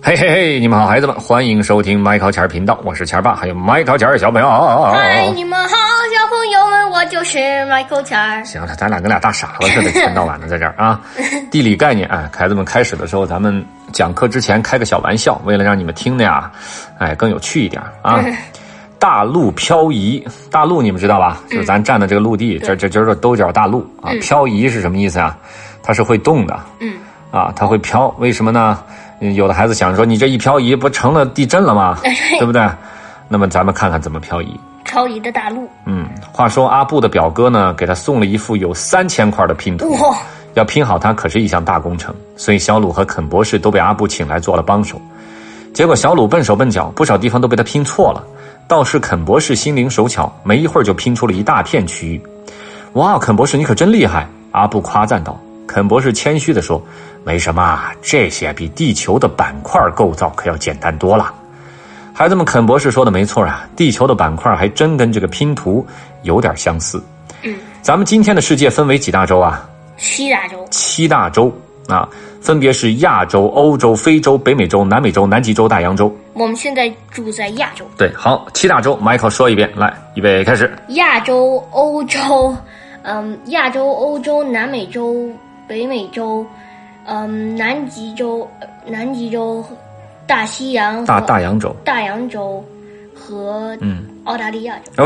嘿嘿嘿，你们好，孩子们，欢迎收听麦考钱频道，我是钱爸，还有麦考钱小朋友。 嗨，你们好，小朋友们，我就是麦考钱。 行了，咱俩跟俩大傻子似的，一天到晚的在这儿啊。地理概念，孩子们开始的时候，咱们讲课之前开个小玩笑，为了让你们听的呀，更有趣一点啊。大陆漂移，大陆你们知道吧？就是咱站的这个陆地，这就是兜角大陆啊。漂移是什么意思啊？它是会动的，它会飘，为什么呢？有的孩子想说，你这一漂移不成了地震了吗？对不对？那么咱们看看怎么漂移。 漂移的大陆。 话说阿布的表哥呢，给他送了一副有3000块的拼图，要拼好它可是一项大工程，所以小鲁和肯博士都被阿布请来做了帮手。结果小鲁笨手笨脚，不少地方都被他拼错了，倒是肯博士心灵手巧，没一会儿就拼出了一大片区域。哇，肯博士你可真厉害！阿布夸赞道。肯博士谦虚地说，没什么，这些比地球的板块构造可要简单多了。孩子们，肯博士说的没错啊，地球的板块还真跟这个拼图有点相似。咱们今天的世界分为几大洲啊？7大洲啊，分别是亚洲、欧洲、非洲、北美洲、南美洲、南极洲、大洋洲。 我们现在住在亚洲。 对，好，7大洲 Michael 说一遍，来，预备开始。 亚洲、欧洲，亚洲、欧洲、南美洲、北美洲，南极洲、大西洋、 大洋洲和澳大利亚洲。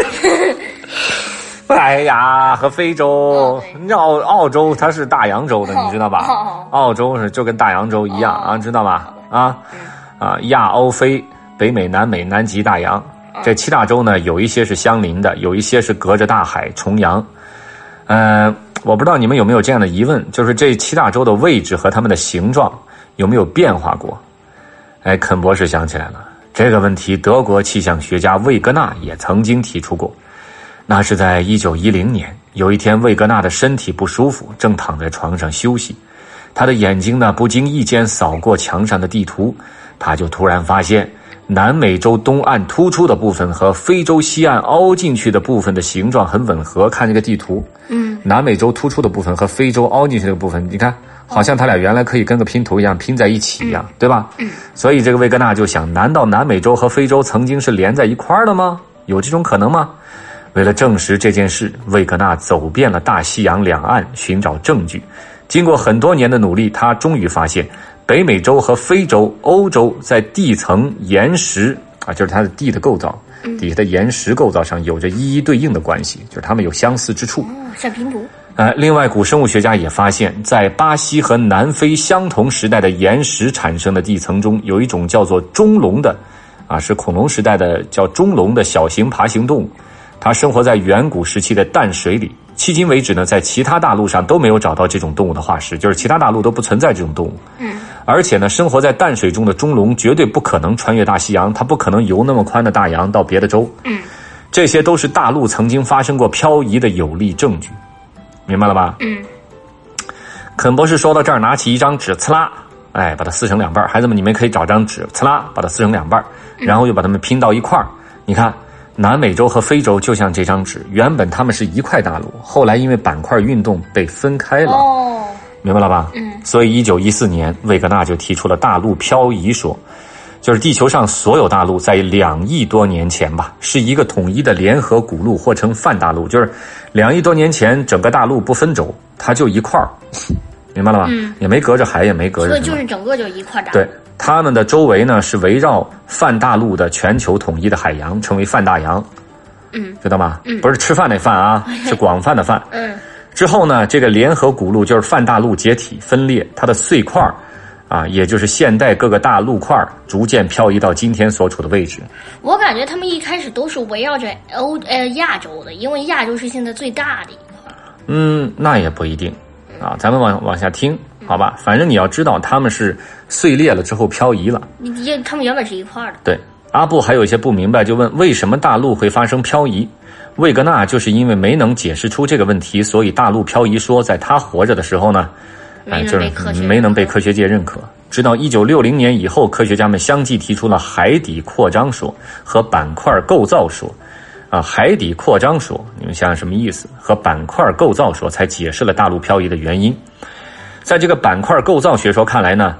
哎呀，和非洲，澳洲它是大洋洲的，你知道吧？澳洲是就跟大洋洲一样啊，知道吧？亚欧非、北美、南美、南极、大洋，这7大洲呢，有一些是相邻的，有一些是隔着大海重洋。我不知道你们有没有这样的疑问，就是这7大洲的位置和它们的形状有没有变化过？肯博士想起来了，这个问题德国气象学家魏格纳也曾经提出过。那是在1910年，有一天魏格纳的身体不舒服，正躺在床上休息，他的眼睛呢不经意间扫过墙上的地图，他就突然发现南美洲东岸突出的部分和非洲西岸凹进去的部分的形状很吻合。看这个地图，南美洲突出的部分和非洲凹进去的部分，你看好像他俩原来可以跟个拼图一样拼在一起一样，对吧？所以这个魏格纳就想，难道南美洲和非洲曾经是连在一块儿的吗？有这种可能吗？为了证实这件事，魏格纳走遍了大西洋两岸寻找证据。经过很多年的努力，他终于发现北美洲和非洲、欧洲在地层岩石就是它的地的构造，底下的岩石构造上有着一一对应的关系，就是它们有相似之处。 像拼图。 另外古生物学家也发现，在巴西和南非相同时代的岩石产生的地层中，有一种叫做中龙的是恐龙时代的叫中龙的小型爬行动物，它生活在远古时期的淡水里。迄今为止呢，在其他大陆上都没有找到这种动物的化石，就是其他大陆都不存在这种动物。而且呢，生活在淡水中的中龙绝对不可能穿越大西洋，它不可能游那么宽的大洋到别的洲。这些都是大陆曾经发生过漂移的有力证据，明白了吧？肯博士说到这儿，拿起一张纸，呲啦，把它撕成2半。孩子们，你们可以找张纸，呲啦，把它撕成2半，然后又把它们拼到一块儿。你看，南美洲和非洲就像这张纸，原本它们是一块大陆，后来因为板块运动被分开了。明白了吧？所以1914年，魏格纳就提出了大陆漂移说，就是地球上所有大陆在2亿多年前吧，是一个统一的联合古陆或称泛大陆，就是2亿多年前整个大陆不分轴，它就一块儿，明白了吧？也没隔着海，也没隔着什么， 所以就是整个就一块大陆。 对，它们的周围呢是围绕泛大陆的全球统一的海洋，称为泛大洋。知道吗？不是吃饭那饭啊，是广泛的泛。之后呢，这个联合古陆就是泛大陆解体分裂，它的碎块也就是现代各个大陆块逐渐漂移到今天所处的位置。 我感觉他们一开始都是围绕着亚洲的，因为亚洲是现在最大的一块。 那也不一定咱们往下听，好吧？反正你要知道，他们是碎裂了之后漂移了。 他们原本是一块的。 对，阿布还有一些不明白，就问为什么大陆会发生漂移。魏格纳就是因为没能解释出这个问题，所以大陆漂移说在他活着的时候呢，就是没能被科学界认可。直到1960年以后，科学家们相继提出了海底扩张说和板块构造说。海底扩张说，你们想想什么意思？和板块构造说才解释了大陆漂移的原因。在这个板块构造学说看来呢，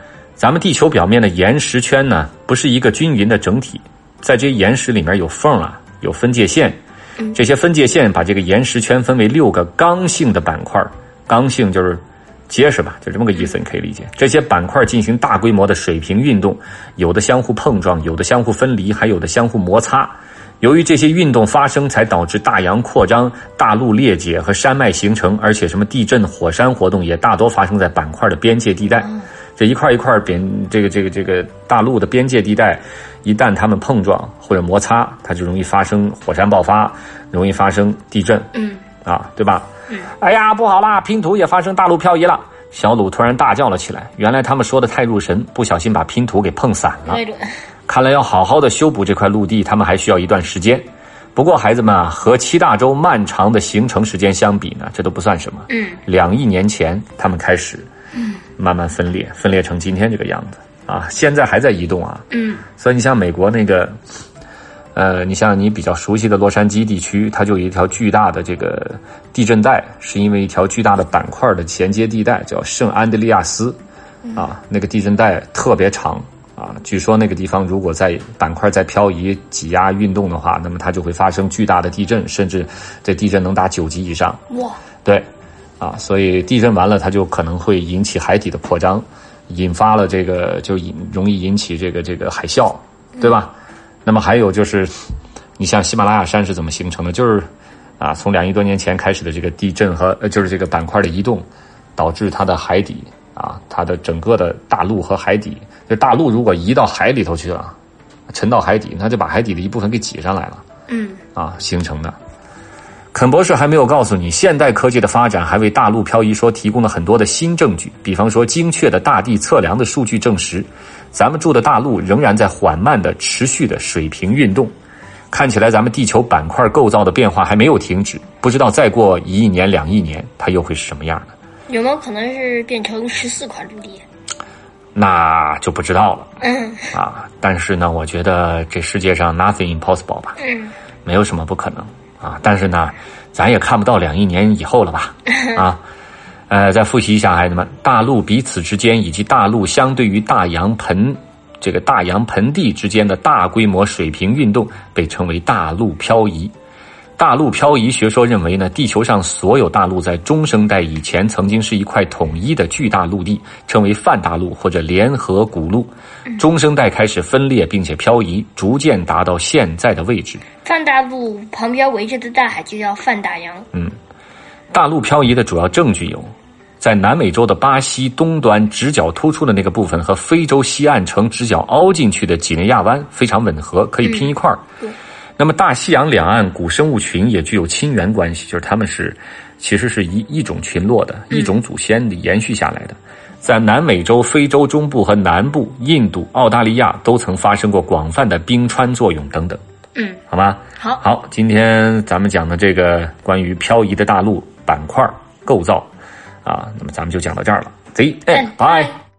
咱们地球表面的岩石圈呢，不是一个均匀的整体，在这些岩石里面有缝啊，有分界线。这些分界线把这个岩石圈分为6个刚性的板块，刚性就是结实吧，就这么个意思，你可以理解。这些板块进行大规模的水平运动，有的相互碰撞，有的相互分离，还有的相互摩擦。由于这些运动发生，才导致大洋扩张、大陆裂解和山脉形成，而且什么地震、火山活动也大多发生在板块的边界地带。这一块一块这个大陆的边界地带，一旦它们碰撞或者摩擦，它就容易发生火山爆发，容易发生地震。对吧？哎呀，不好啦，拼图也发生大陆漂移了。小鲁突然大叫了起来，原来他们说的太入神，不小心把拼图给碰散了。看来要好好的修补这块陆地，他们还需要一段时间。不过孩子们啊，和7大洲漫长的形成时间相比呢，这都不算什么。2亿年前他们开始慢慢分裂成今天这个样子啊，现在还在移动啊。所以你像美国那个你像你比较熟悉的洛杉矶地区，它就有一条巨大的这个地震带，是因为一条巨大的板块的衔接地带叫圣安德利亚斯啊，那个地震带特别长啊，据说那个地方如果在板块在漂移、挤压、运动的话，那么它就会发生巨大的地震，甚至这地震能达9级以上。哇！对，啊，所以地震完了，它就可能会引起海底的扩张，引发了这个容易引起这个海啸，对吧？那么还有就是，你像喜马拉雅山是怎么形成的？就是啊，从2亿多年前开始的这个地震和就是这个板块的移动，导致它的海底啊，它的整个的大陆和海底，就大陆如果移到海里头去了，沉到海底，它就把海底的一部分给挤上来了。形成的。肯博士还没有告诉你，现代科技的发展还为大陆漂移说提供了很多的新证据，比方说精确的大地测量的数据证实，咱们住的大陆仍然在缓慢的持续的水平运动。看起来咱们地球板块构造的变化还没有停止，不知道再过1亿年、2亿年，它又会是什么样的？ 有没有可能是变成14块陆地？ 那就不知道了。但是呢，我觉得这世界上 nothing impossible 吧。没有什么不可能啊。但是呢，咱也看不到2亿年以后了吧？再复习一下，孩子们，大陆彼此之间以及大陆相对于大洋盆地之间的大规模水平运动被称为大陆漂移。大陆漂移学说认为呢，地球上所有大陆在中生代以前曾经是一块统一的巨大陆地，称为泛大陆或者联合古陆。中生代开始分裂并且漂移，逐渐达到现在的位置。 泛大陆旁边围着的大海就叫泛大洋。 大陆漂移的主要证据有，在南美洲的巴西东端直角突出的那个部分和非洲西岸呈直角凹进去的几内亚湾非常吻合，可以拼一块儿。那么大西洋两岸古生物群也具有亲缘关系，就是它们其实是一种群落的一种祖先的延续下来的。在南美洲、非洲中部和南部、印度、澳大利亚都曾发生过广泛的冰川作用等等。好吗？好，今天咱们讲的这个关于漂移的大陆板块构造啊，那么咱们就讲到这儿了。See you and bye.